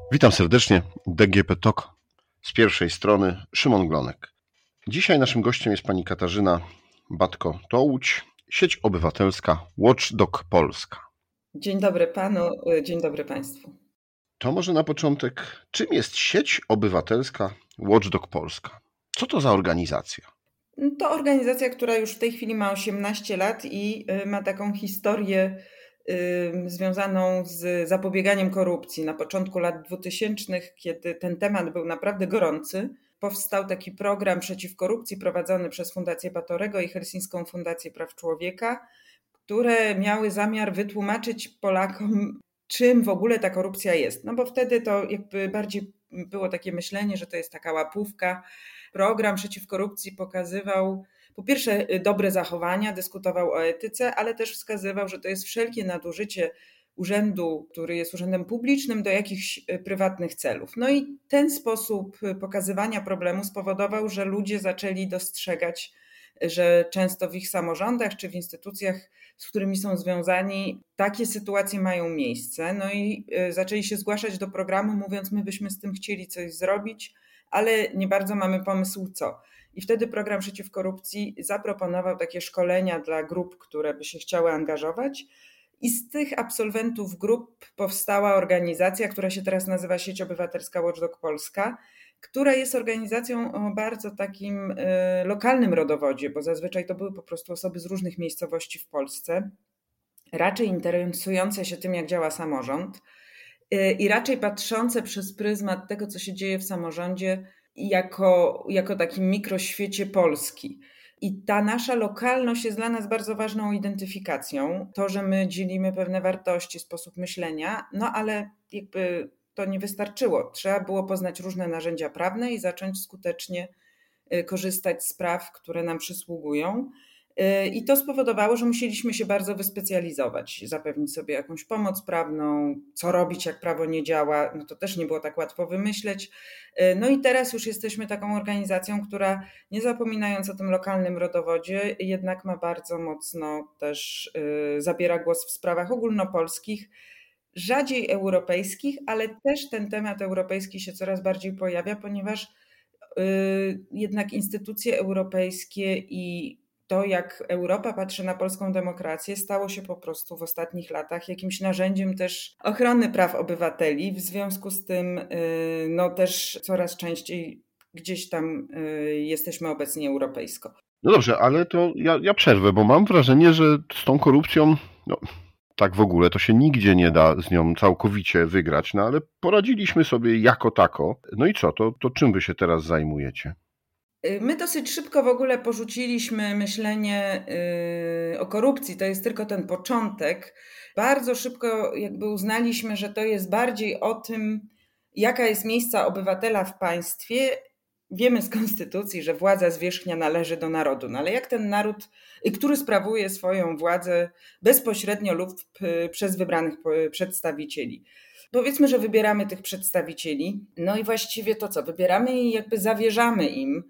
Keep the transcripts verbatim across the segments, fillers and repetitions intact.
Witam serdecznie, D G P Talk z pierwszej strony, Szymon Glonek. Dzisiaj naszym gościem jest pani Katarzyna Batko-Tołuć, sieć obywatelska Watchdog Polska. Dzień dobry panu, dzień dobry państwu. To może na początek, czym jest sieć obywatelska Watchdog Polska? Co to za organizacja? To organizacja, która już w tej chwili ma osiemnaście lat i ma taką historię związaną z zapobieganiem korupcji. Na początku lat dwutysięcznych, kiedy ten temat był naprawdę gorący, powstał taki program przeciw korupcji prowadzony przez Fundację Batorego i Helsińską Fundację Praw Człowieka, które miały zamiar wytłumaczyć Polakom, czym w ogóle ta korupcja jest. No bo wtedy to jakby bardziej było takie myślenie, że to jest taka łapówka. Program przeciw korupcji pokazywał po pierwsze dobre zachowania, dyskutował o etyce, ale też wskazywał, że to jest wszelkie nadużycie urzędu, który jest urzędem publicznym, do jakichś prywatnych celów. No i ten sposób pokazywania problemu spowodował, że ludzie zaczęli dostrzegać, że często w ich samorządach czy w instytucjach, z którymi są związani, takie sytuacje mają miejsce. No i zaczęli się zgłaszać do programu, mówiąc, my byśmy z tym chcieli coś zrobić, ale nie bardzo mamy pomysł co. I wtedy program przeciw korupcji zaproponował takie szkolenia dla grup, które by się chciały angażować. I z tych absolwentów grup powstała organizacja, która się teraz nazywa Sieć Obywatelska Watchdog Polska, która jest organizacją o bardzo takim lokalnym rodowodzie, bo zazwyczaj to były po prostu osoby z różnych miejscowości w Polsce, raczej interesujące się tym, jak działa samorząd i raczej patrzące przez pryzmat tego, co się dzieje w samorządzie, jako, jako takim mikroświecie Polski. I ta nasza lokalność jest dla nas bardzo ważną identyfikacją. To, że my dzielimy pewne wartości, sposób myślenia, no ale jakby to nie wystarczyło. Trzeba było poznać różne narzędzia prawne i zacząć skutecznie korzystać z praw, które nam przysługują. I to spowodowało, że musieliśmy się bardzo wyspecjalizować, zapewnić sobie jakąś pomoc prawną, co robić, jak prawo nie działa, no to też nie było tak łatwo wymyśleć. No i teraz już jesteśmy taką organizacją, która nie zapominając o tym lokalnym rodowodzie, jednak ma bardzo mocno też, zabiera głos w sprawach ogólnopolskich, rzadziej europejskich, ale też ten temat europejski się coraz bardziej pojawia, ponieważ jednak instytucje europejskie i to, jak Europa patrzy na polską demokrację, stało się po prostu w ostatnich latach jakimś narzędziem też ochrony praw obywateli. W związku z tym no też coraz częściej gdzieś tam jesteśmy obecni europejsko. No dobrze, ale to ja, ja przerwę, bo mam wrażenie, że z tą korupcją, no tak w ogóle, to się nigdzie nie da z nią całkowicie wygrać, no ale poradziliśmy sobie jako tako. No i co, to, to czym wy się teraz zajmujecie? My dosyć szybko w ogóle porzuciliśmy myślenie o korupcji, to jest tylko ten początek. Bardzo szybko jakby uznaliśmy, że to jest bardziej o tym, jaka jest miejsca obywatela w państwie. Wiemy z konstytucji, że władza zwierzchnia należy do narodu, no ale jak ten naród, który sprawuje swoją władzę bezpośrednio lub przez wybranych przedstawicieli. Powiedzmy, że wybieramy tych przedstawicieli, no i właściwie to co, wybieramy i jakby zawierzamy im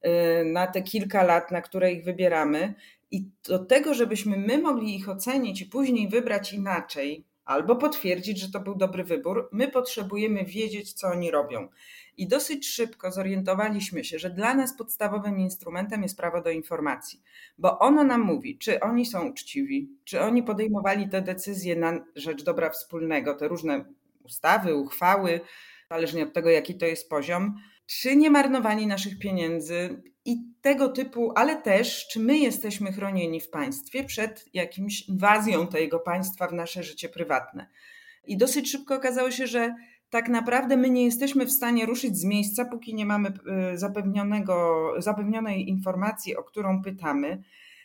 na te kilka lat, na które ich wybieramy i do tego, żebyśmy my mogli ich ocenić i później wybrać inaczej albo potwierdzić, że to był dobry wybór, my potrzebujemy wiedzieć, co oni robią. I dosyć szybko zorientowaliśmy się, że dla nas podstawowym instrumentem jest prawo do informacji, bo ono nam mówi, czy oni są uczciwi, czy oni podejmowali te decyzje na rzecz dobra wspólnego, te różne ustawy, uchwały, zależnie od tego, jaki to jest poziom, czy nie marnowali naszych pieniędzy i tego typu, ale też, czy my jesteśmy chronieni w państwie przed jakimś inwazją tego państwa w nasze życie prywatne. I dosyć szybko okazało się, że tak naprawdę my nie jesteśmy w stanie ruszyć z miejsca, póki nie mamy zapewnionego, zapewnionej informacji, o którą pytamy,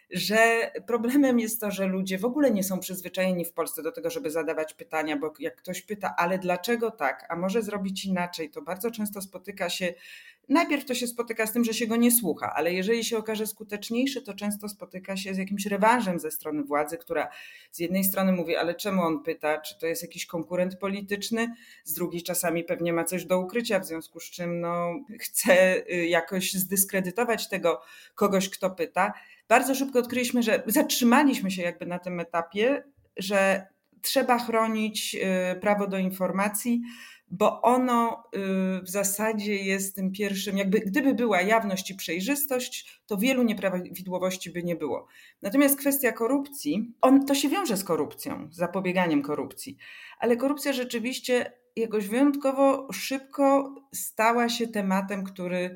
że problemem jest to, że ludzie w ogóle nie są przyzwyczajeni w Polsce do tego, żeby zadawać pytania, bo jak ktoś pyta, ale dlaczego tak, a może zrobić inaczej, to bardzo często spotyka się, najpierw to się spotyka z tym, że się go nie słucha, ale jeżeli się okaże skuteczniejszy, to często spotyka się z jakimś rewanżem ze strony władzy, która z jednej strony mówi, ale czemu on pyta, czy to jest jakiś konkurent polityczny, z drugiej czasami pewnie ma coś do ukrycia, w związku z czym no, chce jakoś zdyskredytować tego kogoś, kto pyta. Bardzo szybko odkryliśmy, że zatrzymaliśmy się jakby na tym etapie, że trzeba chronić prawo do informacji, bo ono w zasadzie jest tym pierwszym, jakby gdyby była jawność i przejrzystość, to wielu nieprawidłowości by nie było. Natomiast kwestia korupcji, on, to się wiąże z korupcją, z zapobieganiem korupcji, ale korupcja rzeczywiście jakoś wyjątkowo szybko stała się tematem, który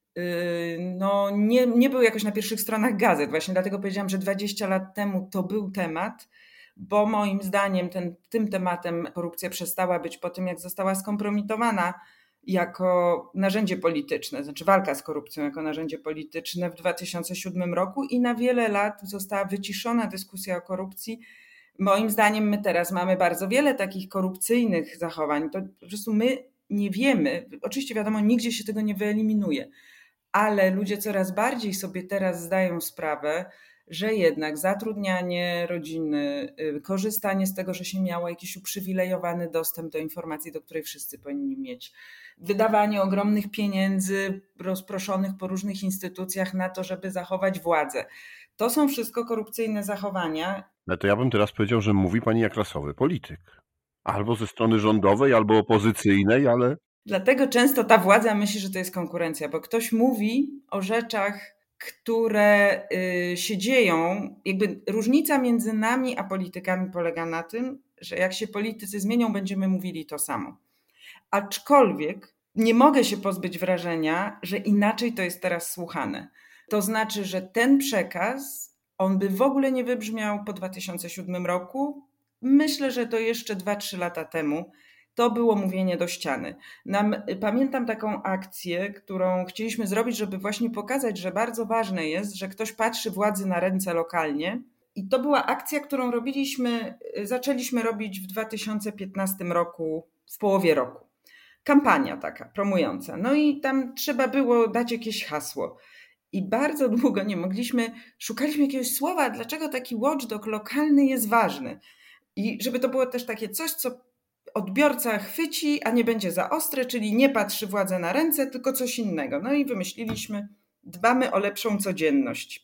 no, nie, nie był jakoś na pierwszych stronach gazet. Właśnie dlatego powiedziałam, że dwadzieścia lat temu to był temat, bo moim zdaniem ten, tym tematem korupcja przestała być po tym, jak została skompromitowana jako narzędzie polityczne, znaczy walka z korupcją jako narzędzie polityczne w dwa tysiące siódmym roku i na wiele lat została wyciszona dyskusja o korupcji. Moim zdaniem my teraz mamy bardzo wiele takich korupcyjnych zachowań. To po prostu my nie wiemy, oczywiście wiadomo, nigdzie się tego nie wyeliminuje, ale ludzie coraz bardziej sobie teraz zdają sprawę, że jednak zatrudnianie rodziny, korzystanie z tego, że się miało jakiś uprzywilejowany dostęp do informacji, do której wszyscy powinni mieć, wydawanie ogromnych pieniędzy rozproszonych po różnych instytucjach na to, żeby zachować władzę. To są wszystko korupcyjne zachowania. Ale to ja bym teraz powiedział, że mówi pani jak rasowy polityk. Albo ze strony rządowej, albo opozycyjnej, ale... Dlatego często ta władza myśli, że to jest konkurencja, bo ktoś mówi o rzeczach, które się dzieją. Jakby różnica między nami a politykami polega na tym, że jak się politycy zmienią, będziemy mówili to samo. Aczkolwiek nie mogę się pozbyć wrażenia, że inaczej to jest teraz słuchane. To znaczy, że ten przekaz, on by w ogóle nie wybrzmiał po dwa tysiące siódmym roku. Myślę, że to jeszcze dwa trzy lata temu. To było mówienie do ściany. Nam, pamiętam taką akcję, którą chcieliśmy zrobić, żeby właśnie pokazać, że bardzo ważne jest, że ktoś patrzy władzy na ręce lokalnie. I to była akcja, którą robiliśmy, zaczęliśmy robić w dwa tysiące piętnastym roku, w połowie roku. Kampania taka promująca. No i tam trzeba było dać jakieś hasło. I bardzo długo nie mogliśmy, szukaliśmy jakiegoś słowa, dlaczego taki watchdog lokalny jest ważny. I żeby to było też takie coś, co odbiorca chwyci, a nie będzie za ostre, czyli nie patrzy władzy na ręce, tylko coś innego. No i wymyśliliśmy, dbamy o lepszą codzienność.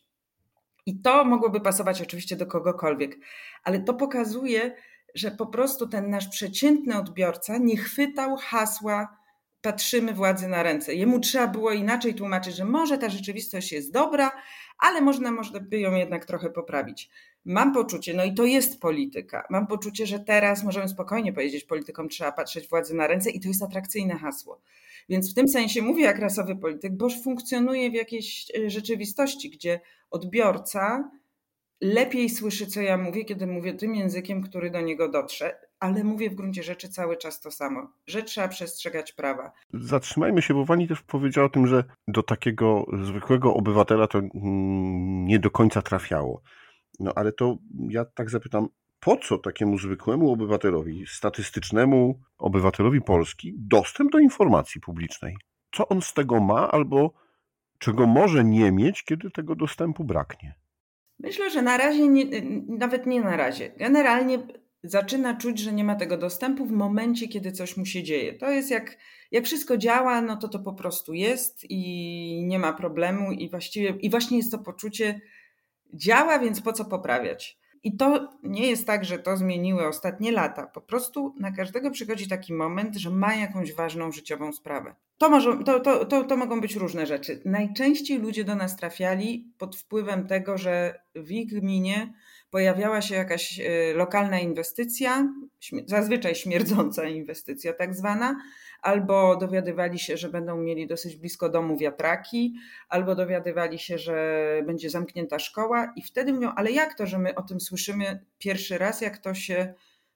I to mogłoby pasować oczywiście do kogokolwiek, ale to pokazuje, że po prostu ten nasz przeciętny odbiorca nie chwytał hasła patrzymy władzy na ręce. Jemu trzeba było inaczej tłumaczyć, że może ta rzeczywistość jest dobra, ale można, można by ją jednak trochę poprawić. Mam poczucie, no i to jest polityka, mam poczucie, że teraz możemy spokojnie powiedzieć, politykom trzeba patrzeć władzy na ręce i to jest atrakcyjne hasło. Więc w tym sensie mówię jak rasowy polityk, bo funkcjonuje w jakiejś rzeczywistości, gdzie odbiorca lepiej słyszy, co ja mówię, kiedy mówię tym językiem, który do niego dotrze, ale mówię w gruncie rzeczy cały czas to samo, że trzeba przestrzegać prawa. Zatrzymajmy się, bo pani też powiedziała o tym, że do takiego zwykłego obywatela to nie do końca trafiało. No ale to ja tak zapytam, po co takiemu zwykłemu obywatelowi, statystycznemu obywatelowi Polski dostęp do informacji publicznej? Co on z tego ma albo czego może nie mieć, kiedy tego dostępu braknie? Myślę, że na razie, nie, nawet nie na razie. Generalnie zaczyna czuć, że nie ma tego dostępu w momencie, kiedy coś mu się dzieje. To jest jak, jak wszystko działa, no to to po prostu jest i nie ma problemu i właściwie i właśnie jest to poczucie działa, więc po co poprawiać? I to nie jest tak, że to zmieniły ostatnie lata. Po prostu na każdego przychodzi taki moment, że ma jakąś ważną życiową sprawę. To, może, to, to, to, to mogą być różne rzeczy. Najczęściej ludzie do nas trafiali pod wpływem tego, że w ich gminie pojawiała się jakaś lokalna inwestycja, zazwyczaj śmierdząca inwestycja tak zwana, albo dowiadywali się, że będą mieli dosyć blisko domu wiatraki, albo dowiadywali się, że będzie zamknięta szkoła i wtedy mówią, ale jak to, że my o tym słyszymy pierwszy raz, jak to się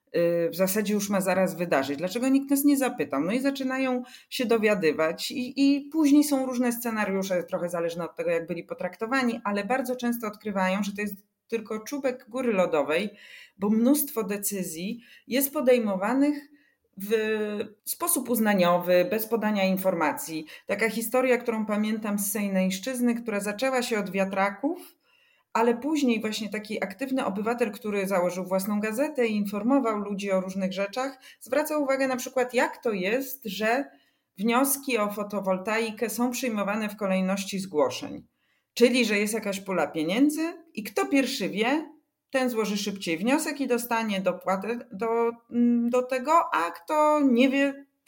w zasadzie już ma zaraz wydarzyć. Dlaczego nikt nas nie zapytał? No i zaczynają się dowiadywać i, i później są różne scenariusze, trochę zależne od tego, jak byli potraktowani, ale bardzo często odkrywają, że to jest tylko czubek góry lodowej, bo mnóstwo decyzji jest podejmowanych w sposób uznaniowy, bez podania informacji. Taka historia, którą pamiętam z Sejnejszczyzny, która zaczęła się od wiatraków, ale później właśnie taki aktywny obywatel, który założył własną gazetę i informował ludzi o różnych rzeczach, zwracał uwagę na przykład, jak to jest, że wnioski o fotowoltaikę są przyjmowane w kolejności zgłoszeń. Czyli, że jest jakaś pula pieniędzy i kto pierwszy wie, ten złoży szybciej wniosek i dostanie dopłatę do, do tego, a kto nie wie,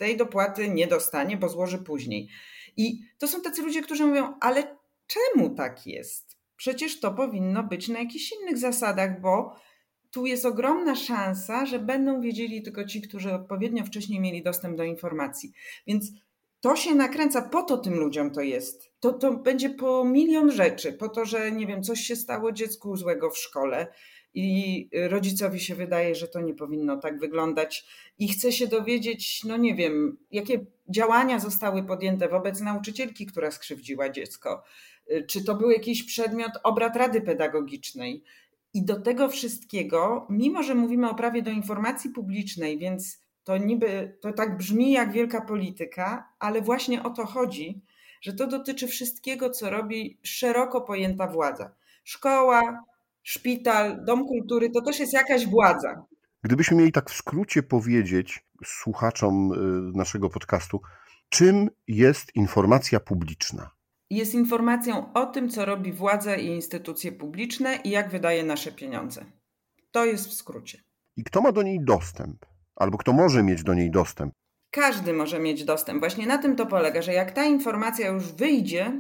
tej dopłaty nie dostanie, bo złoży później. I to są tacy ludzie, którzy mówią, ale czemu tak jest? Przecież to powinno być na jakichś innych zasadach, bo tu jest ogromna szansa, że będą wiedzieli tylko ci, którzy odpowiednio wcześniej mieli dostęp do informacji. Więc to się nakręca, po to tym ludziom to jest. To, to będzie po milion rzeczy, po to, że nie wiem, coś się stało dziecku złego w szkole i rodzicowi się wydaje, że to nie powinno tak wyglądać i chce się dowiedzieć, no nie wiem, jakie działania zostały podjęte wobec nauczycielki, która skrzywdziła dziecko. Czy to był jakiś przedmiot obrad Rady Pedagogicznej. I do tego wszystkiego, mimo że mówimy o prawie do informacji publicznej, więc to niby, to tak brzmi jak wielka polityka, ale właśnie o to chodzi, że to dotyczy wszystkiego, co robi szeroko pojęta władza. Szkoła, szpital, dom kultury, to też jest jakaś władza. Gdybyśmy mieli tak w skrócie powiedzieć słuchaczom naszego podcastu, czym jest informacja publiczna? Jest informacją o tym, co robi władza i instytucje publiczne i jak wydaje nasze pieniądze. To jest w skrócie. I kto ma do niej dostęp? Albo kto może mieć do niej dostęp? Każdy może mieć dostęp. Właśnie na tym to polega, że jak ta informacja już wyjdzie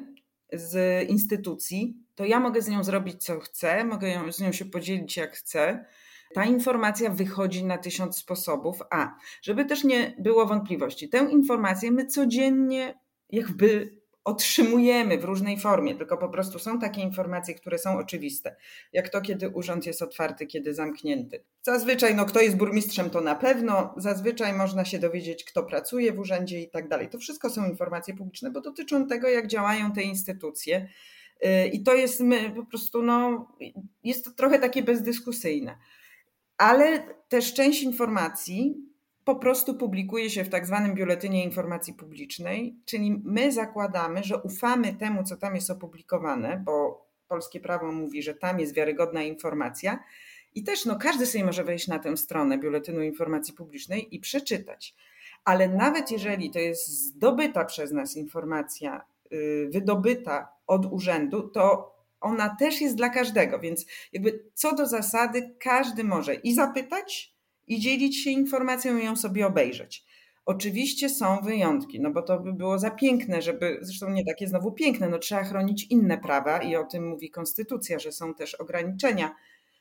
z instytucji, to ja mogę z nią zrobić co chcę, mogę ją, z nią się podzielić jak chcę. Ta informacja wychodzi na tysiąc sposobów. A, żeby też nie było wątpliwości, tę informację my codziennie jakby otrzymujemy w różnej formie, tylko po prostu są takie informacje, które są oczywiste. Jak to, kiedy urząd jest otwarty, kiedy zamknięty. Zazwyczaj, no kto jest burmistrzem, to na pewno. Zazwyczaj można się dowiedzieć, kto pracuje w urzędzie i tak dalej. To wszystko są informacje publiczne, bo dotyczą tego, jak działają te instytucje. I to jest my, po prostu, no, jest to trochę takie bezdyskusyjne. Ale też część informacji po prostu publikuje się w tak zwanym Biuletynie Informacji Publicznej, czyli my zakładamy, że ufamy temu, co tam jest opublikowane, bo polskie prawo mówi, że tam jest wiarygodna informacja i też no, każdy sobie może wejść na tę stronę Biuletynu Informacji Publicznej i przeczytać. Ale nawet jeżeli to jest zdobyta przez nas informacja, wydobyta od urzędu, to ona też jest dla każdego, więc jakby co do zasady każdy może i zapytać, i dzielić się informacją i ją sobie obejrzeć. Oczywiście są wyjątki, no bo to by było za piękne, żeby, zresztą nie takie znowu piękne, no trzeba chronić inne prawa i o tym mówi konstytucja, że są też ograniczenia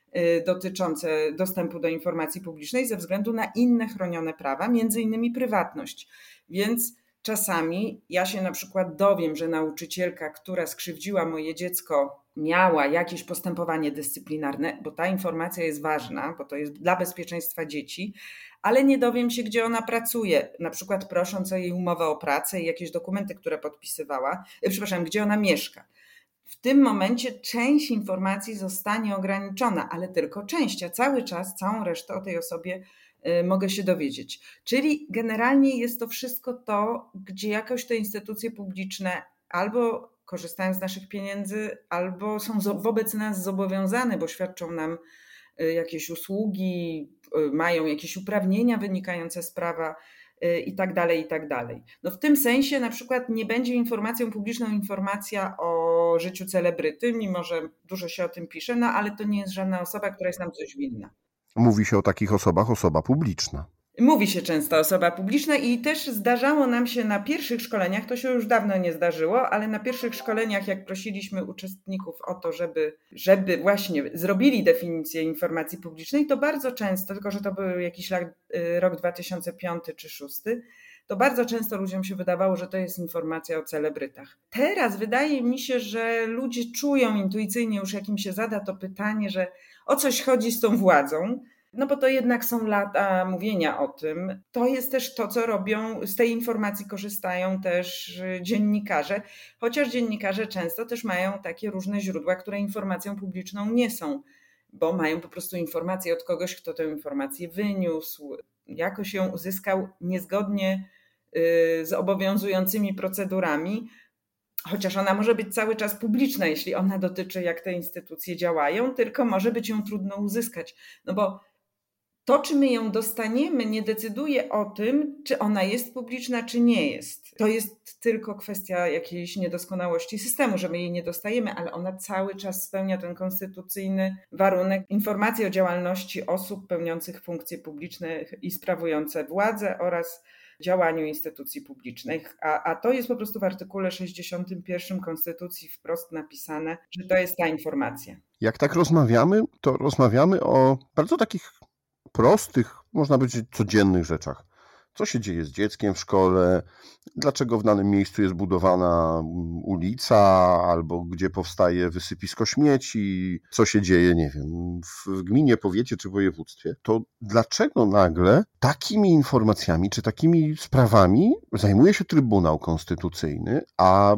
dotyczące dostępu do informacji publicznej ze względu na inne chronione prawa, między innymi prywatność. Więc czasami ja się na przykład dowiem, że nauczycielka, która skrzywdziła moje dziecko, miała jakieś postępowanie dyscyplinarne, bo ta informacja jest ważna, bo to jest dla bezpieczeństwa dzieci, ale nie dowiem się, gdzie ona pracuje, na przykład prosząc o jej umowę o pracę i jakieś dokumenty, które podpisywała, przepraszam, gdzie ona mieszka. W tym momencie część informacji zostanie ograniczona, ale tylko część, a cały czas, całą resztę o tej osobie mogę się dowiedzieć. Czyli generalnie jest to wszystko to, gdzie jakoś te instytucje publiczne albo korzystają z naszych pieniędzy, albo są wobec nas zobowiązane, bo świadczą nam jakieś usługi, mają jakieś uprawnienia wynikające z prawa i tak dalej, i tak dalej. No w tym sensie na przykład nie będzie informacją publiczną informacja o życiu celebryty, mimo że dużo się o tym pisze, no ale to nie jest żadna osoba, która jest nam coś winna. Mówi się o takich osobach osoba publiczna. Mówi się często osoba publiczna i też zdarzało nam się na pierwszych szkoleniach, to się już dawno nie zdarzyło, ale na pierwszych szkoleniach, jak prosiliśmy uczestników o to, żeby, żeby właśnie zrobili definicję informacji publicznej, to bardzo często, tylko że to był jakiś lat, rok dwa tysiące piąty czy szósty, to bardzo często ludziom się wydawało, że to jest informacja o celebrytach. Teraz wydaje mi się, że ludzie czują intuicyjnie już, jak im się zada to pytanie, że o coś chodzi z tą władzą, no bo to jednak są lata mówienia o tym. To jest też to, co robią, z tej informacji korzystają też dziennikarze, chociaż dziennikarze często też mają takie różne źródła, które informacją publiczną nie są, bo mają po prostu informację od kogoś, kto tę informację wyniósł, jakoś ją uzyskał niezgodnie z obowiązującymi procedurami, chociaż ona może być cały czas publiczna, jeśli ona dotyczy, jak te instytucje działają, tylko może być ją trudno uzyskać. No bo to, czy my ją dostaniemy, nie decyduje o tym, czy ona jest publiczna, czy nie jest. To jest tylko kwestia jakiejś niedoskonałości systemu, że my jej nie dostajemy, ale ona cały czas spełnia ten konstytucyjny warunek informacji o działalności osób pełniących funkcje publiczne i sprawujące władzę oraz działaniu instytucji publicznych, a, a to jest po prostu w artykule sześćdziesiątym pierwszym Konstytucji wprost napisane, że to jest ta informacja. Jak tak rozmawiamy, to rozmawiamy o bardzo takich prostych, można powiedzieć, codziennych rzeczach. Co się dzieje z dzieckiem w szkole, dlaczego w danym miejscu jest budowana ulica, albo gdzie powstaje wysypisko śmieci, co się dzieje, nie wiem, w gminie, powiecie czy województwie, to dlaczego nagle takimi informacjami czy takimi sprawami zajmuje się Trybunał Konstytucyjny, a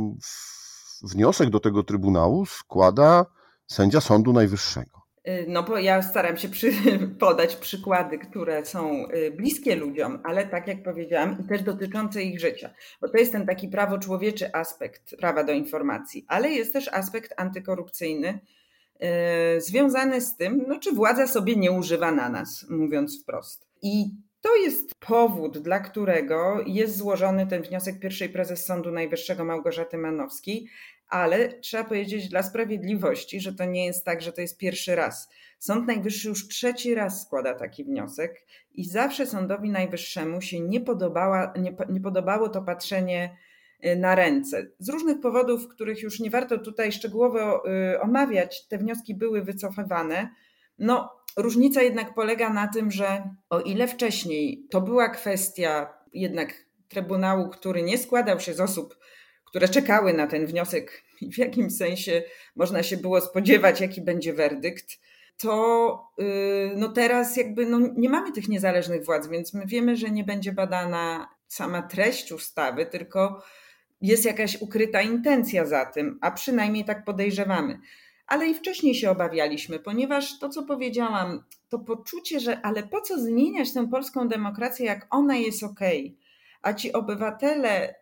wniosek do tego Trybunału składa sędzia Sądu Najwyższego? No bo ja staram się przy, podać przykłady, które są bliskie ludziom, ale tak jak powiedziałam, i też dotyczące ich życia. Bo to jest ten taki prawo człowieczy aspekt prawa do informacji, ale jest też aspekt antykorupcyjny yy, związany z tym, no, czy władza sobie nie używa na nas, mówiąc wprost. I to jest powód, dla którego jest złożony ten wniosek pierwszej prezes Sądu Najwyższego Małgorzaty Manowskiej, ale trzeba powiedzieć dla sprawiedliwości, że to nie jest tak, że to jest pierwszy raz. Sąd Najwyższy już trzeci raz składa taki wniosek i zawsze Sądowi Najwyższemu się nie, podobała, nie, nie podobało to patrzenie na ręce. Z różnych powodów, których już nie warto tutaj szczegółowo omawiać, te wnioski były wycofywane. No, różnica jednak polega na tym, że o ile wcześniej to była kwestia jednak Trybunału, który nie składał się z osób, które czekały na ten wniosek i w jakim sensie można się było spodziewać, jaki będzie werdykt, to no teraz jakby no nie mamy tych niezależnych władz, więc my wiemy, że nie będzie badana sama treść ustawy, tylko jest jakaś ukryta intencja za tym, a przynajmniej tak podejrzewamy. Ale i wcześniej się obawialiśmy, ponieważ to, co powiedziałam, to poczucie, że ale po co zmieniać tę polską demokrację, jak ona jest okej, a ci obywatele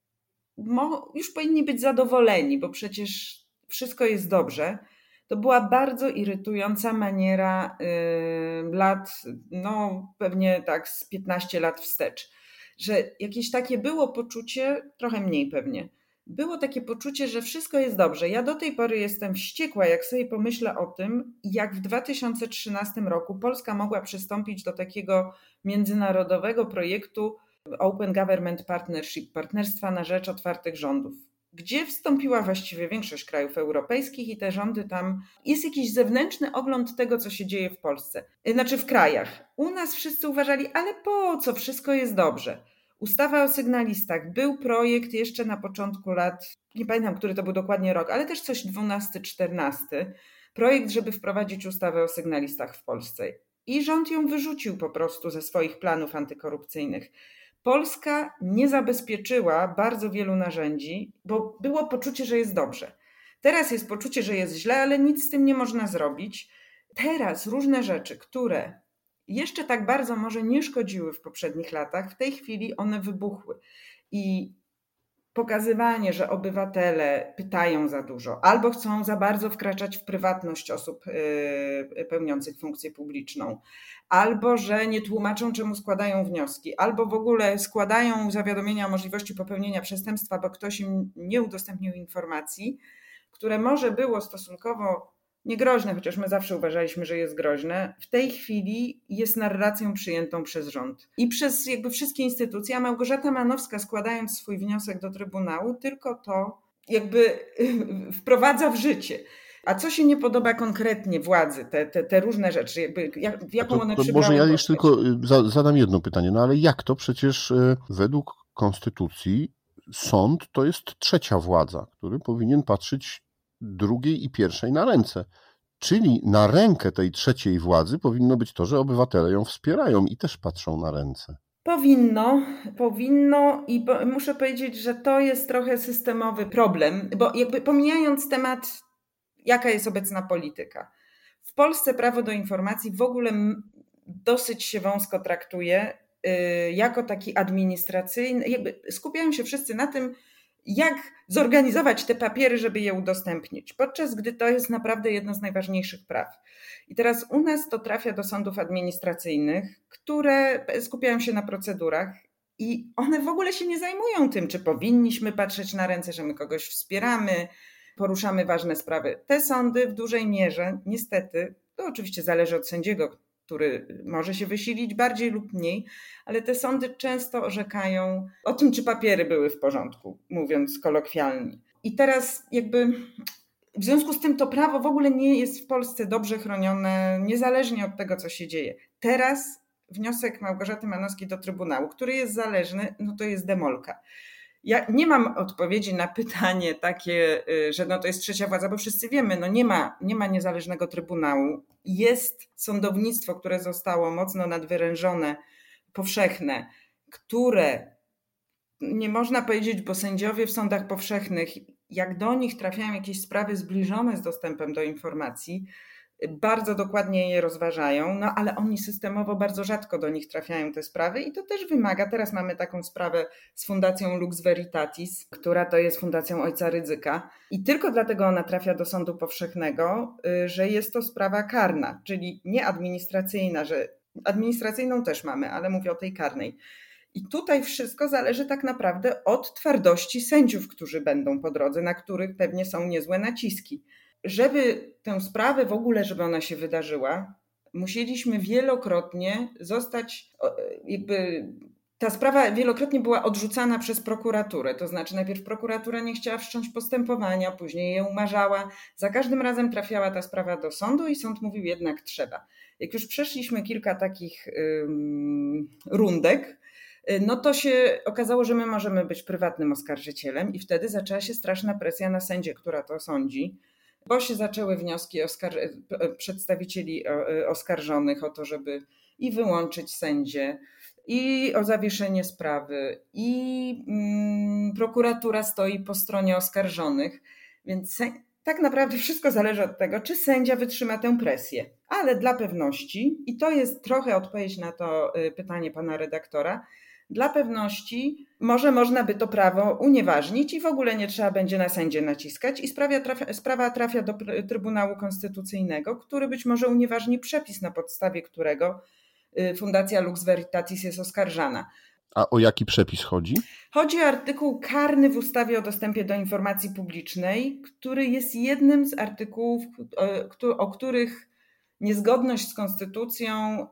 już powinni być zadowoleni, bo przecież wszystko jest dobrze. To była bardzo irytująca maniera yy, lat, no pewnie tak z piętnaście lat wstecz, że jakieś takie było poczucie, trochę mniej pewnie, było takie poczucie, że wszystko jest dobrze. Ja do tej pory jestem wściekła, jak sobie pomyślę o tym, jak w dwa tysiące trzynastym roku Polska mogła przystąpić do takiego międzynarodowego projektu Open Government Partnership, partnerstwa na rzecz otwartych rządów, gdzie wstąpiła właściwie większość krajów europejskich i te rządy tam, jest jakiś zewnętrzny ogląd tego, co się dzieje w Polsce, znaczy w krajach. U nas wszyscy uważali, ale po co, wszystko jest dobrze. Ustawa o sygnalistach, był projekt jeszcze na początku lat, nie pamiętam, który to był dokładnie rok, ale też coś dwunasty, czternasty, projekt, żeby wprowadzić ustawę o sygnalistach w Polsce. I rząd ją wyrzucił po prostu ze swoich planów antykorupcyjnych. Polska nie zabezpieczyła bardzo wielu narzędzi, bo było poczucie, że jest dobrze. Teraz jest poczucie, że jest źle, ale nic z tym nie można zrobić. Teraz różne rzeczy, które jeszcze tak bardzo może nie szkodziły w poprzednich latach, w tej chwili one wybuchły. I pokazywanie, że obywatele pytają za dużo albo chcą za bardzo wkraczać w prywatność osób pełniących funkcję publiczną, albo że nie tłumaczą, czemu składają wnioski, albo w ogóle składają zawiadomienia o możliwości popełnienia przestępstwa, bo ktoś im nie udostępnił informacji, które może było stosunkowo niegroźne, chociaż my zawsze uważaliśmy, że jest groźne, w tej chwili jest narracją przyjętą przez rząd i przez jakby wszystkie instytucje, a Małgorzata Manowska, składając swój wniosek do Trybunału, tylko to jakby wprowadza w życie. A co się nie podoba konkretnie władzy, te, te, te różne rzeczy, jakby, jak, jaką to, one to przybrały może ja postać? jeszcze tylko zadam jedno pytanie, no ale jak to? Przecież według Konstytucji sąd to jest trzecia władza, który powinien patrzeć drugiej i pierwszej na ręce. Czyli na rękę tej trzeciej władzy powinno być to, że obywatele ją wspierają i też patrzą na ręce. Powinno, powinno i po, muszę powiedzieć, że to jest trochę systemowy problem, bo jakby pomijając temat, jaka jest obecna polityka. W Polsce prawo do informacji w ogóle dosyć się wąsko traktuje yy, jako taki administracyjny, jakby skupiają się wszyscy na tym, jak zorganizować te papiery, żeby je udostępnić, podczas gdy to jest naprawdę jedno z najważniejszych praw. I teraz u nas to trafia do sądów administracyjnych, które skupiają się na procedurach i one w ogóle się nie zajmują tym, czy powinniśmy patrzeć na ręce, że my kogoś wspieramy, poruszamy ważne sprawy. Te sądy w dużej mierze, niestety, to oczywiście zależy od sędziego, który może się wysilić bardziej lub mniej, ale te sądy często orzekają o tym, czy papiery były w porządku, mówiąc kolokwialnie. I teraz jakby w związku z tym to prawo w ogóle nie jest w Polsce dobrze chronione, niezależnie od tego, co się dzieje. Teraz wniosek Małgorzaty Manowskiej do Trybunału, który jest zależny, no to jest demolka. Ja nie mam odpowiedzi na pytanie takie, że no to jest trzecia władza, bo wszyscy wiemy, no nie ma, nie ma niezależnego Trybunału. Jest sądownictwo, które zostało mocno nadwyrężone, powszechne, które nie można powiedzieć, bo sędziowie w sądach powszechnych, jak do nich trafiają jakieś sprawy zbliżone z dostępem do informacji, bardzo dokładnie je rozważają, no ale oni systemowo bardzo rzadko do nich trafiają te sprawy i to też wymaga, teraz mamy taką sprawę z Fundacją Lux Veritatis, która to jest Fundacją Ojca Rydzyka i tylko dlatego ona trafia do sądu powszechnego, że jest to sprawa karna, czyli nie administracyjna, że administracyjną też mamy, ale mówię o tej karnej. I tutaj wszystko zależy tak naprawdę od twardości sędziów, którzy będą po drodze, na których pewnie są niezłe naciski. Żeby tę sprawę w ogóle, żeby ona się wydarzyła, musieliśmy wielokrotnie zostać, jakby ta sprawa wielokrotnie była odrzucana przez prokuraturę. To znaczy najpierw prokuratura nie chciała wszcząć postępowania, później je umarzała. Za każdym razem trafiała ta sprawa do sądu i sąd mówił jednak trzeba. Jak już przeszliśmy kilka takich um, rundek, no to się okazało, że my możemy być prywatnym oskarżycielem i wtedy zaczęła się straszna presja na sędzię, która to sądzi, bo się zaczęły wnioski oskar- przedstawicieli oskarżonych o to, żeby i wyłączyć sędzię, i o zawieszenie sprawy, i mm, prokuratura stoi po stronie oskarżonych, więc sę- tak naprawdę wszystko zależy od tego, czy sędzia wytrzyma tę presję. Ale dla pewności, i to jest trochę odpowiedź na to pytanie pana redaktora, dla pewności może można by to prawo unieważnić i w ogóle nie trzeba będzie na sędzię naciskać i sprawa trafia, sprawa trafia do Trybunału Konstytucyjnego, który być może unieważni przepis, na podstawie którego Fundacja Lux Veritatis jest oskarżana. A o jaki przepis chodzi? Chodzi o artykuł karny w ustawie o dostępie do informacji publicznej, który jest jednym z artykułów, o których niezgodność z konstytucją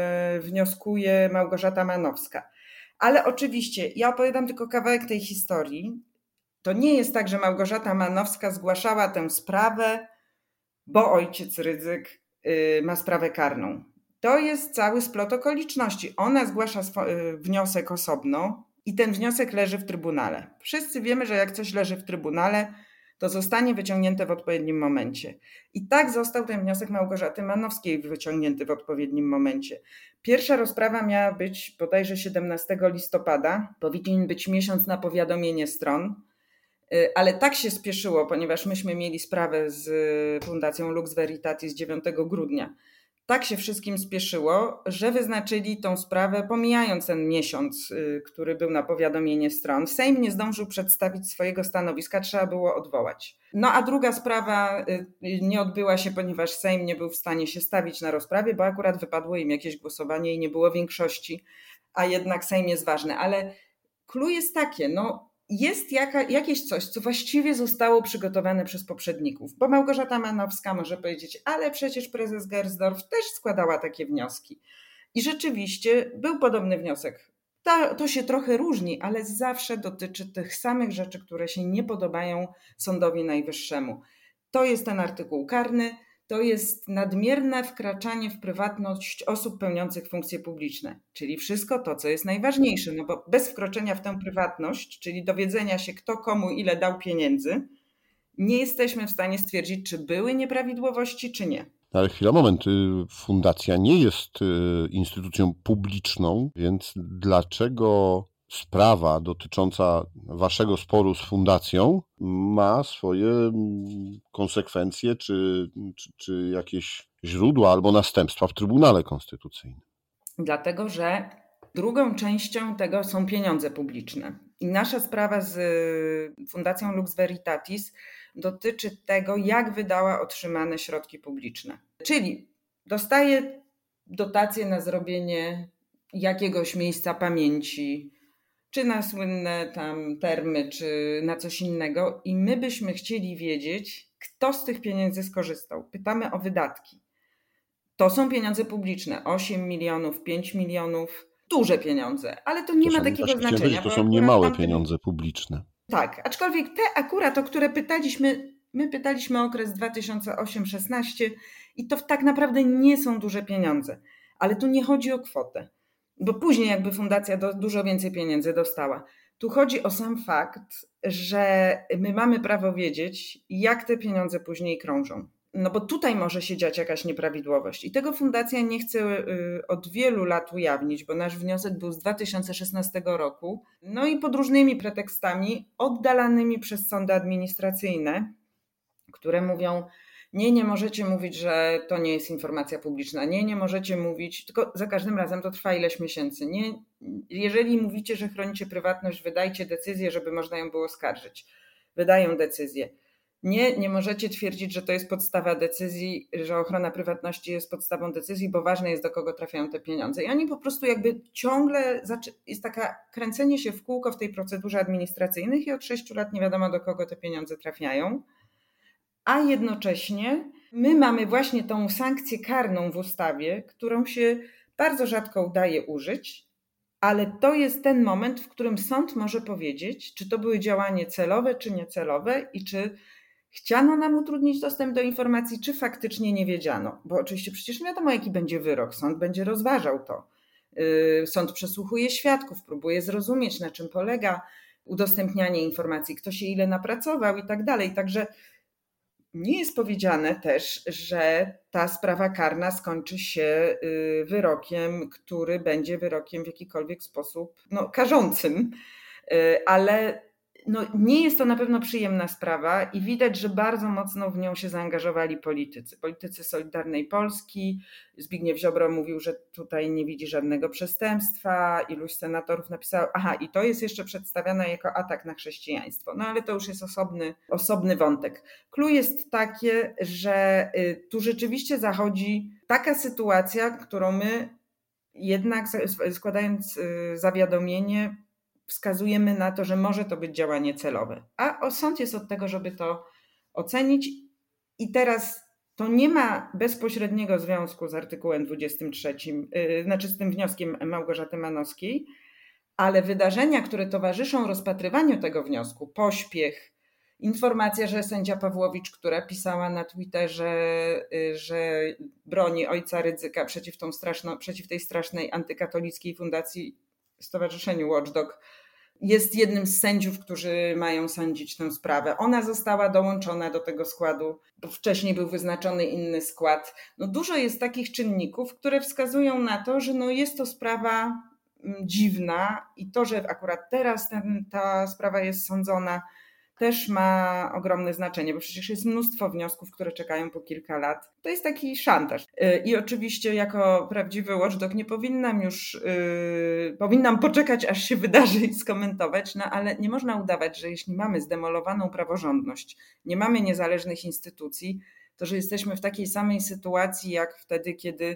wnioskuje Małgorzata Manowska. Ale oczywiście, ja opowiadam tylko kawałek tej historii. To nie jest tak, że Małgorzata Manowska zgłaszała tę sprawę, bo ojciec Rydzyk ma sprawę karną. To jest cały splot okoliczności. Ona zgłasza wniosek osobno i ten wniosek leży w Trybunale. Wszyscy wiemy, że jak coś leży w Trybunale, to zostanie wyciągnięte w odpowiednim momencie. I tak został ten wniosek Małgorzaty Manowskiej wyciągnięty w odpowiednim momencie. Pierwsza rozprawa miała być bodajże siedemnastego listopada. Powinien być miesiąc na powiadomienie stron, ale tak się spieszyło, ponieważ myśmy mieli sprawę z Fundacją Lux Veritatis dziewiątego grudnia. Tak się wszystkim spieszyło, że wyznaczyli tą sprawę, pomijając ten miesiąc, który był na powiadomienie stron. Sejm nie zdążył przedstawić swojego stanowiska, trzeba było odwołać. No a druga sprawa nie odbyła się, ponieważ Sejm nie był w stanie się stawić na rozprawie, bo akurat wypadło im jakieś głosowanie i nie było większości, a jednak Sejm jest ważny. Ale clue jest takie, no jest jaka, jakieś coś, co właściwie zostało przygotowane przez poprzedników, bo Małgorzata Manowska może powiedzieć, ale przecież prezes Gersdorf też składała takie wnioski. I rzeczywiście był podobny wniosek. To, to się trochę różni, ale zawsze dotyczy tych samych rzeczy, które się nie podobają Sądowi Najwyższemu. To jest ten artykuł karny, to jest nadmierne wkraczanie w prywatność osób pełniących funkcje publiczne, czyli wszystko to, co jest najważniejsze, no bo bez wkroczenia w tę prywatność, czyli dowiedzenia się, kto komu ile dał pieniędzy, nie jesteśmy w stanie stwierdzić, czy były nieprawidłowości, czy nie. Ale chwila, moment. Fundacja nie jest instytucją publiczną, więc dlaczego sprawa dotycząca waszego sporu z fundacją ma swoje konsekwencje czy, czy, czy jakieś źródła albo następstwa w Trybunale Konstytucyjnym? Dlatego, że drugą częścią tego są pieniądze publiczne. I nasza sprawa z Fundacją Lux Veritatis dotyczy tego, jak wydała otrzymane środki publiczne. Czyli dostaje dotacje na zrobienie jakiegoś miejsca pamięci, czy na słynne tam termy, czy na coś innego i my byśmy chcieli wiedzieć, kto z tych pieniędzy skorzystał. Pytamy o wydatki. To są pieniądze publiczne, osiem milionów, pięć milionów, duże pieniądze, ale to nie to ma są, takiego znaczenia. To bo są niemałe tamtym... pieniądze publiczne. Tak, aczkolwiek te akurat, o które pytaliśmy, my pytaliśmy o okres dwa tysiące osiem szesnaście i to tak naprawdę nie są duże pieniądze, ale tu nie chodzi o kwotę, bo później jakby fundacja do, dużo więcej pieniędzy dostała. Tu chodzi o sam fakt, że my mamy prawo wiedzieć, jak te pieniądze później krążą. No bo tutaj może się dziać jakaś nieprawidłowość i tego fundacja nie chce od wielu lat ujawnić, bo nasz wniosek był z dwa tysiące szesnastego roku, no i pod różnymi pretekstami oddalanymi przez sądy administracyjne, które mówią, nie, nie możecie mówić, że to nie jest informacja publiczna, nie, nie możecie mówić, tylko za każdym razem to trwa ileś miesięcy. Nie, jeżeli mówicie, że chronicie prywatność, wydajcie decyzję, żeby można ją było oskarżyć. Wydają decyzję. Nie, nie możecie twierdzić, że to jest podstawa decyzji, że ochrona prywatności jest podstawą decyzji, bo ważne jest, do kogo trafiają te pieniądze. I oni po prostu jakby ciągle, jest taka kręcenie się w kółko w tej procedurze administracyjnej i od sześciu lat nie wiadomo, do kogo te pieniądze trafiają. A jednocześnie my mamy właśnie tą sankcję karną w ustawie, którą się bardzo rzadko udaje użyć, ale to jest ten moment, w którym sąd może powiedzieć, czy to były działania celowe, czy niecelowe i czy chciano nam utrudnić dostęp do informacji, czy faktycznie nie wiedziano. Bo oczywiście przecież nie wiadomo, jaki będzie wyrok. Sąd będzie rozważał to. Sąd przesłuchuje świadków, próbuje zrozumieć, na czym polega udostępnianie informacji, kto się ile napracował i tak dalej. Także nie jest powiedziane też, że ta sprawa karna skończy się wyrokiem, który będzie wyrokiem w jakikolwiek sposób no, karzącym, ale no, nie jest to na pewno przyjemna sprawa i widać, że bardzo mocno w nią się zaangażowali politycy. Politycy Solidarnej Polski. Zbigniew Ziobro mówił, że tutaj nie widzi żadnego przestępstwa. Iluś senatorów napisało, aha, i to jest jeszcze przedstawiane jako atak na chrześcijaństwo. No ale to już jest osobny, osobny wątek. Clue jest takie, że tu rzeczywiście zachodzi taka sytuacja, którą my jednak składając zawiadomienie wskazujemy na to, że może to być działanie celowe. A sąd jest od tego, żeby to ocenić i teraz to nie ma bezpośredniego związku z artykułem dwudziestym trzecim, yy, znaczy z tym wnioskiem Małgorzaty Manowskiej, ale wydarzenia, które towarzyszą rozpatrywaniu tego wniosku, pośpiech, informacja, że sędzia Pawłowicz, która pisała na Twitterze, yy, że broni ojca Rydzyka przeciw, tą straszną, przeciw tej strasznej antykatolickiej fundacji Stowarzyszeniu Watchdog, jest jednym z sędziów, którzy mają sądzić tę sprawę. Ona została dołączona do tego składu, bo wcześniej był wyznaczony inny skład. No dużo jest takich czynników, które wskazują na to, że no jest to sprawa dziwna i to, że akurat teraz ten, ta sprawa jest sądzona, też ma ogromne znaczenie, bo przecież jest mnóstwo wniosków, które czekają po kilka lat. To jest taki szantaż. I oczywiście jako prawdziwy watchdog nie powinnam już, yy, powinnam poczekać, aż się wydarzy i skomentować, no ale nie można udawać, że jeśli mamy zdemolowaną praworządność, nie mamy niezależnych instytucji, to że jesteśmy w takiej samej sytuacji jak wtedy, kiedy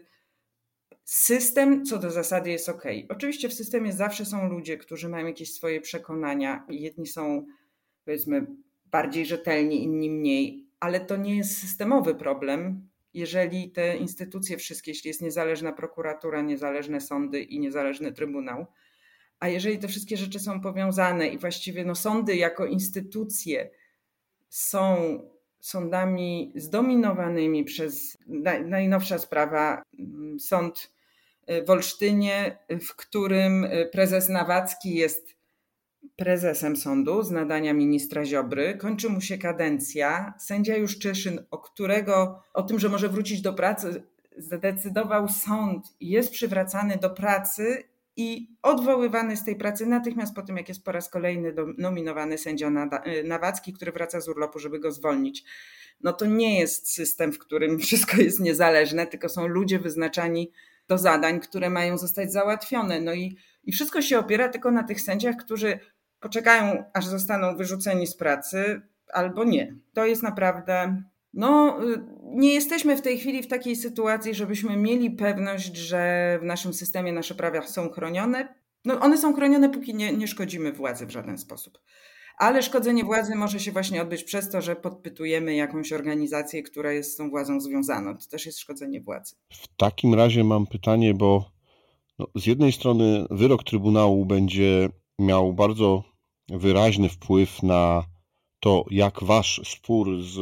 system co do zasady jest okej. Oczywiście w systemie zawsze są ludzie, którzy mają jakieś swoje przekonania i jedni są powiedzmy bardziej rzetelni, inni mniej, ale to nie jest systemowy problem, jeżeli te instytucje wszystkie, jeśli jest niezależna prokuratura, niezależne sądy i niezależny trybunał, a jeżeli te wszystkie rzeczy są powiązane i właściwie no, sądy jako instytucje są sądami zdominowanymi przez najnowsza sprawa, sąd w Olsztynie, w którym prezes Nawacki jest prezesem sądu z nadania ministra Ziobry, kończy mu się kadencja, sędzia Juszczyszyn, o którego, o tym, że może wrócić do pracy, zdecydował sąd i jest przywracany do pracy i odwoływany z tej pracy natychmiast po tym, jak jest po raz kolejny nominowany sędzia Nawacki, który wraca z urlopu, żeby go zwolnić. No to nie jest system, w którym wszystko jest niezależne, tylko są ludzie wyznaczani do zadań, które mają zostać załatwione. No i, i wszystko się opiera tylko na tych sędziach, którzy poczekają, aż zostaną wyrzuceni z pracy, albo nie. To jest naprawdę... No, nie jesteśmy w tej chwili w takiej sytuacji, żebyśmy mieli pewność, że w naszym systemie nasze prawa są chronione. No, one są chronione, póki nie, nie szkodzimy władzy w żaden sposób. Ale szkodzenie władzy może się właśnie odbyć przez to, że podpytujemy jakąś organizację, która jest z tą władzą związana. To też jest szkodzenie władzy. W takim razie mam pytanie, bo no, z jednej strony wyrok Trybunału będzie miał bardzo wyraźny wpływ na to, jak wasz spór z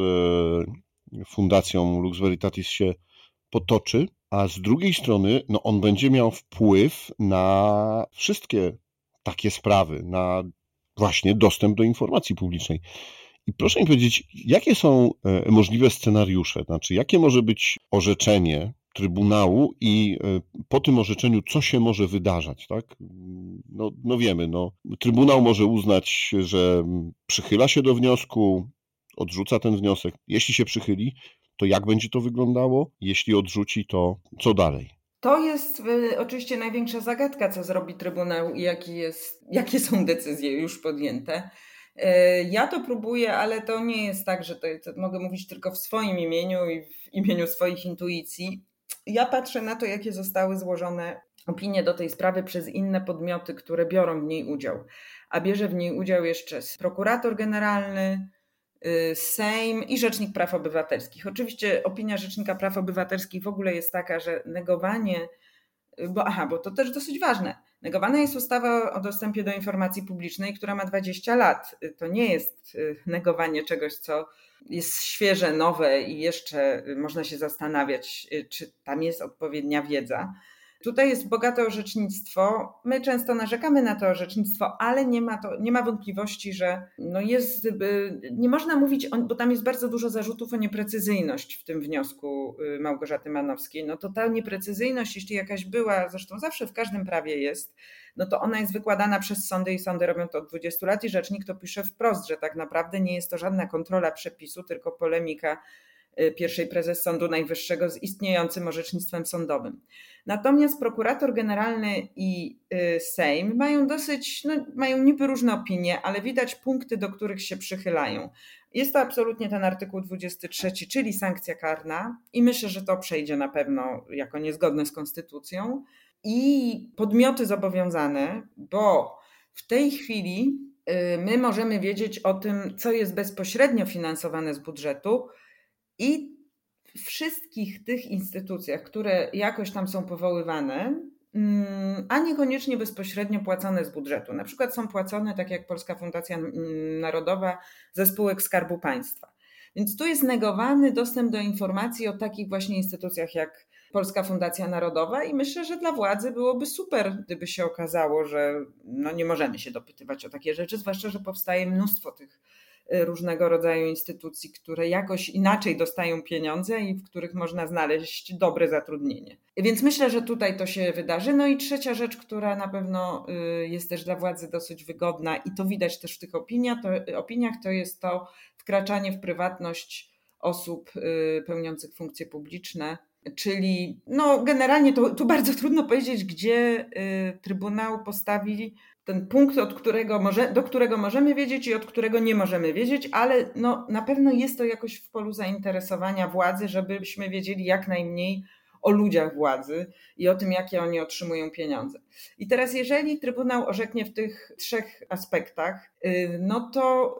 Fundacją Lux Veritatis się potoczy, a z drugiej strony no, on będzie miał wpływ na wszystkie takie sprawy, na właśnie dostęp do informacji publicznej. I proszę mi powiedzieć, jakie są możliwe scenariusze, znaczy jakie może być orzeczenie Trybunału i po tym orzeczeniu co się może wydarzać, tak? No, no wiemy, no, Trybunał może uznać, że przychyla się do wniosku, odrzuca ten wniosek. Jeśli się przychyli, to jak będzie to wyglądało? Jeśli odrzuci, to co dalej? To jest y, oczywiście największa zagadka, co zrobi Trybunał i jaki jest, jakie są decyzje już podjęte. Y, ja to próbuję, ale to nie jest tak, że to, to mogę mówić tylko w swoim imieniu i w imieniu swoich intuicji. Ja patrzę na to, jakie zostały złożone opinie do tej sprawy przez inne podmioty, które biorą w niej udział. A bierze w niej udział jeszcze prokurator generalny, Sejm i Rzecznik Praw Obywatelskich. Oczywiście opinia Rzecznika Praw Obywatelskich w ogóle jest taka, że negowanie, bo aha, bo to też dosyć ważne, negowana jest ustawa o dostępie do informacji publicznej, która ma dwadzieścia lat. To nie jest negowanie czegoś, co jest świeże, nowe i jeszcze można się zastanawiać, czy tam jest odpowiednia wiedza. Tutaj jest bogate orzecznictwo. My często narzekamy na to orzecznictwo, ale nie ma, to, nie ma wątpliwości, że no jest, nie można mówić, bo tam jest bardzo dużo zarzutów o nieprecyzyjność w tym wniosku Małgorzaty Manowskiej. No to ta nieprecyzyjność, jeśli jakaś była, zresztą zawsze w każdym prawie jest, no to ona jest wykładana przez sądy i sądy robią to od dwudziestu lat i rzecznik to pisze wprost, że tak naprawdę nie jest to żadna kontrola przepisu, tylko polemika pierwszej prezes Sądu Najwyższego z istniejącym orzecznictwem sądowym. Natomiast prokurator generalny i Sejm mają dosyć, no, mają niby różne opinie, ale widać punkty, do których się przychylają. Jest to absolutnie ten artykuł dwudziesty trzeci, czyli sankcja karna i myślę, że to przejdzie na pewno jako niezgodne z konstytucją. I podmioty zobowiązane, bo w tej chwili my możemy wiedzieć o tym, co jest bezpośrednio finansowane z budżetu, i w wszystkich tych instytucjach, które jakoś tam są powoływane, a niekoniecznie bezpośrednio płacone z budżetu. Na przykład są płacone, tak jak Polska Fundacja Narodowa, ze spółek Skarbu Państwa. Więc tu jest negowany dostęp do informacji o takich właśnie instytucjach jak Polska Fundacja Narodowa i myślę, że dla władzy byłoby super, gdyby się okazało, że no nie możemy się dopytywać o takie rzeczy, zwłaszcza, że powstaje mnóstwo tych różnego rodzaju instytucji, które jakoś inaczej dostają pieniądze i w których można znaleźć dobre zatrudnienie. Więc myślę, że tutaj to się wydarzy. No i trzecia rzecz, która na pewno jest też dla władzy dosyć wygodna i to widać też w tych opiniach, to, opiniach, to jest to wkraczanie w prywatność osób pełniących funkcje publiczne. Czyli no generalnie to, tu bardzo trudno powiedzieć, gdzie Trybunał postawi ten punkt, od którego może, do którego możemy wiedzieć i od którego nie możemy wiedzieć, ale no, na pewno jest to jakoś w polu zainteresowania władzy, żebyśmy wiedzieli jak najmniej o ludziach władzy i o tym, jakie oni otrzymują pieniądze. I teraz jeżeli Trybunał orzeknie w tych trzech aspektach, no to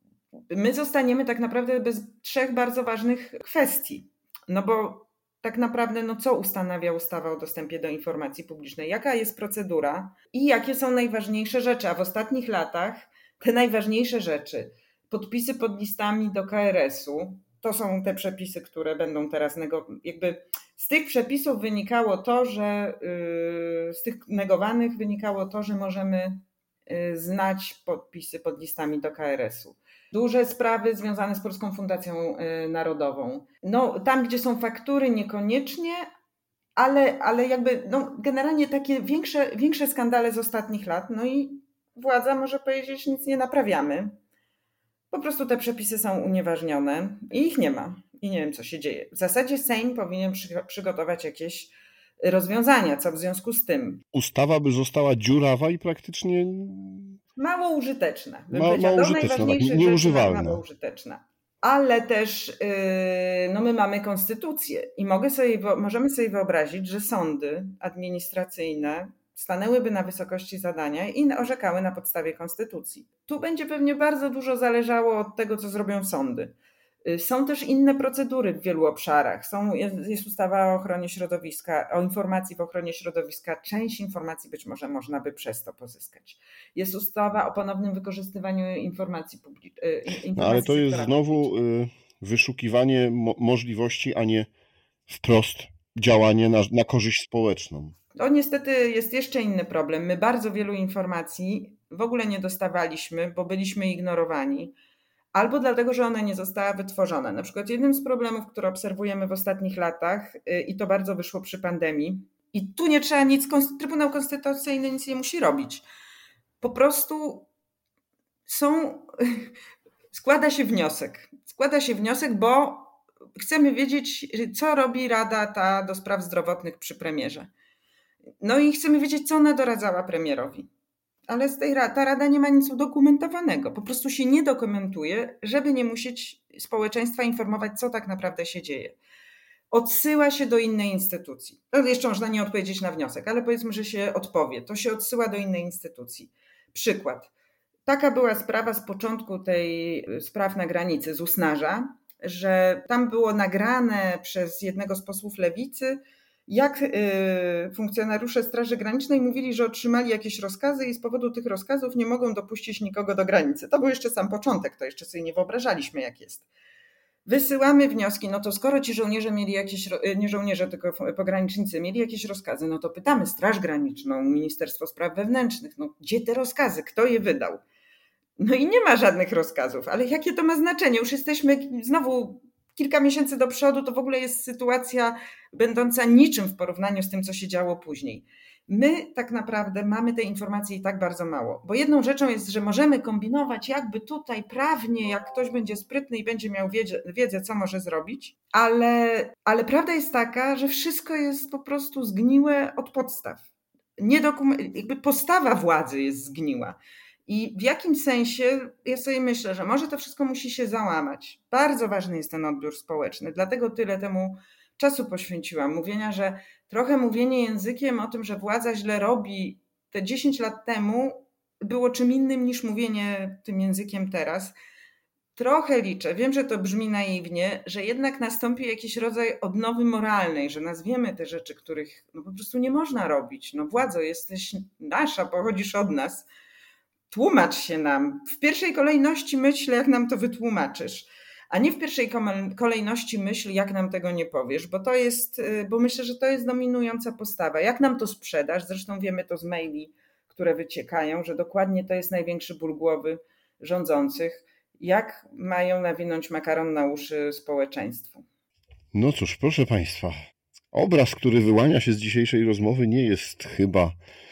my zostaniemy tak naprawdę bez trzech bardzo ważnych kwestii. No bo tak naprawdę, no co ustanawia ustawa o dostępie do informacji publicznej? Jaka jest procedura i jakie są najważniejsze rzeczy? A w ostatnich latach te najważniejsze rzeczy, podpisy pod listami do K R S-u, to są te przepisy, które będą teraz negowane. Jakby z tych przepisów wynikało to, że yy, z tych negowanych wynikało to, że możemy yy, znać podpisy pod listami do K R S-u. Duże sprawy związane z Polską Fundacją Narodową. No, tam, gdzie są faktury, niekoniecznie, ale, ale jakby no, generalnie takie większe, większe skandale z ostatnich lat. No i władza może powiedzieć, nic nie naprawiamy. Po prostu te przepisy są unieważnione i ich nie ma. I nie wiem, co się dzieje. W zasadzie Sejm powinien przy, przygotować jakieś rozwiązania, co w związku z tym. Ustawa by została dziurawa i praktycznie mało użyteczna. Ma, mało użyteczna, tak, nieużywalna. Mało użyteczna. Ale też yy, no my mamy konstytucję i mogę sobie, możemy sobie wyobrazić, że sądy administracyjne stanęłyby na wysokości zadania i orzekały na podstawie konstytucji. Tu będzie pewnie bardzo dużo zależało od tego, co zrobią sądy. Są też inne procedury w wielu obszarach. Są, jest ustawa o ochronie środowiska, o informacji w ochronie środowiska. Część informacji być może można by przez to pozyskać. Jest ustawa o ponownym wykorzystywaniu informacji publicznej. No ale to jest znowu wyszukiwanie mo- możliwości, a nie wprost działanie na, na korzyść społeczną. To niestety jest jeszcze inny problem. My bardzo wielu informacji w ogóle nie dostawaliśmy, bo byliśmy ignorowani. Albo dlatego, że ona nie została wytworzona. Na przykład jednym z problemów, które obserwujemy w ostatnich latach, i to bardzo wyszło przy pandemii, i tu nie trzeba nic, Trybunał Konstytucyjny nic nie musi robić. Po prostu są, składa się wniosek. Składa się wniosek, bo chcemy wiedzieć, co robi Rada ta do spraw zdrowotnych przy premierze. No i chcemy wiedzieć, co ona doradzała premierowi. Ale z tej, ta rada nie ma nic udokumentowanego. Po prostu się nie dokumentuje, żeby nie musieć społeczeństwa informować, co tak naprawdę się dzieje. Odsyła się do innej instytucji. To jeszcze można nie odpowiedzieć na wniosek, ale powiedzmy, że się odpowie. To się odsyła do innej instytucji. Przykład. Taka była sprawa z początku tej spraw na granicy z Usnarza, że tam było nagrane przez jednego z posłów Lewicy, jak funkcjonariusze Straży Granicznej mówili, że otrzymali jakieś rozkazy i z powodu tych rozkazów nie mogą dopuścić nikogo do granicy. To był jeszcze sam początek, to jeszcze sobie nie wyobrażaliśmy, jak jest. Wysyłamy wnioski, no to skoro ci żołnierze mieli jakieś, nie żołnierze, tylko pogranicznicy mieli jakieś rozkazy, no to pytamy Straż Graniczną, Ministerstwo Spraw Wewnętrznych, no gdzie te rozkazy, kto je wydał? No i nie ma żadnych rozkazów, ale jakie to ma znaczenie? Już jesteśmy znowu kilka miesięcy do przodu, to w ogóle jest sytuacja będąca niczym w porównaniu z tym, co się działo później. My tak naprawdę mamy tej informacji i tak bardzo mało, bo jedną rzeczą jest, że możemy kombinować jakby tutaj prawnie, jak ktoś będzie sprytny i będzie miał wiedzę, wiedzę co może zrobić, ale, ale prawda jest taka, że wszystko jest po prostu zgniłe od podstaw. Nie dokum- jakby postawa władzy jest zgniła. I w jakim sensie ja sobie myślę, że może to wszystko musi się załamać. Bardzo ważny jest ten odbiór społeczny, dlatego tyle temu czasu poświęciłam. Mówienia, że trochę mówienie językiem o tym, że władza źle robi te dziesięć lat temu było czym innym niż mówienie tym językiem teraz. Trochę liczę, wiem, że to brzmi naiwnie, że jednak nastąpi jakiś rodzaj odnowy moralnej, że nazwiemy te rzeczy, których no po prostu nie można robić. No władzo, jesteś nasza, pochodzisz od nas. Tłumacz się nam. W pierwszej kolejności myśl, jak nam to wytłumaczysz, a nie w pierwszej kolejności myśl, jak nam tego nie powiesz, bo to jest, bo myślę, że to jest dominująca postawa. Jak nam to sprzedasz? Zresztą wiemy to z maili, które wyciekają, że dokładnie to jest największy ból głowy rządzących. Jak mają nawinąć makaron na uszy społeczeństwu? No cóż, proszę Państwa, obraz, który wyłania się z dzisiejszej rozmowy, nie jest chyba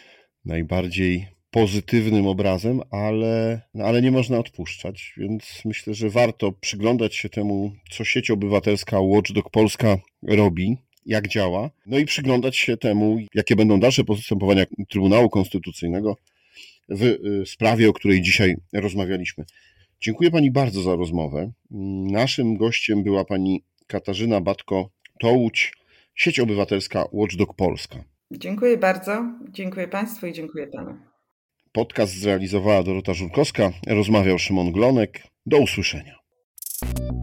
najbardziej pozytywnym obrazem, ale, no ale nie można odpuszczać, więc myślę, że warto przyglądać się temu, co sieć obywatelska Watchdog Polska robi, jak działa, no i przyglądać się temu, jakie będą dalsze postępowania Trybunału Konstytucyjnego w sprawie, o której dzisiaj rozmawialiśmy. Dziękuję Pani bardzo za rozmowę. Naszym gościem była Pani Katarzyna Batko-Tołuć, sieć obywatelska Watchdog Polska. Dziękuję bardzo, dziękuję Państwu i dziękuję Panu. Podcast zrealizowała Dorota Żurkowska, rozmawiał Szymon Glonek. Do usłyszenia.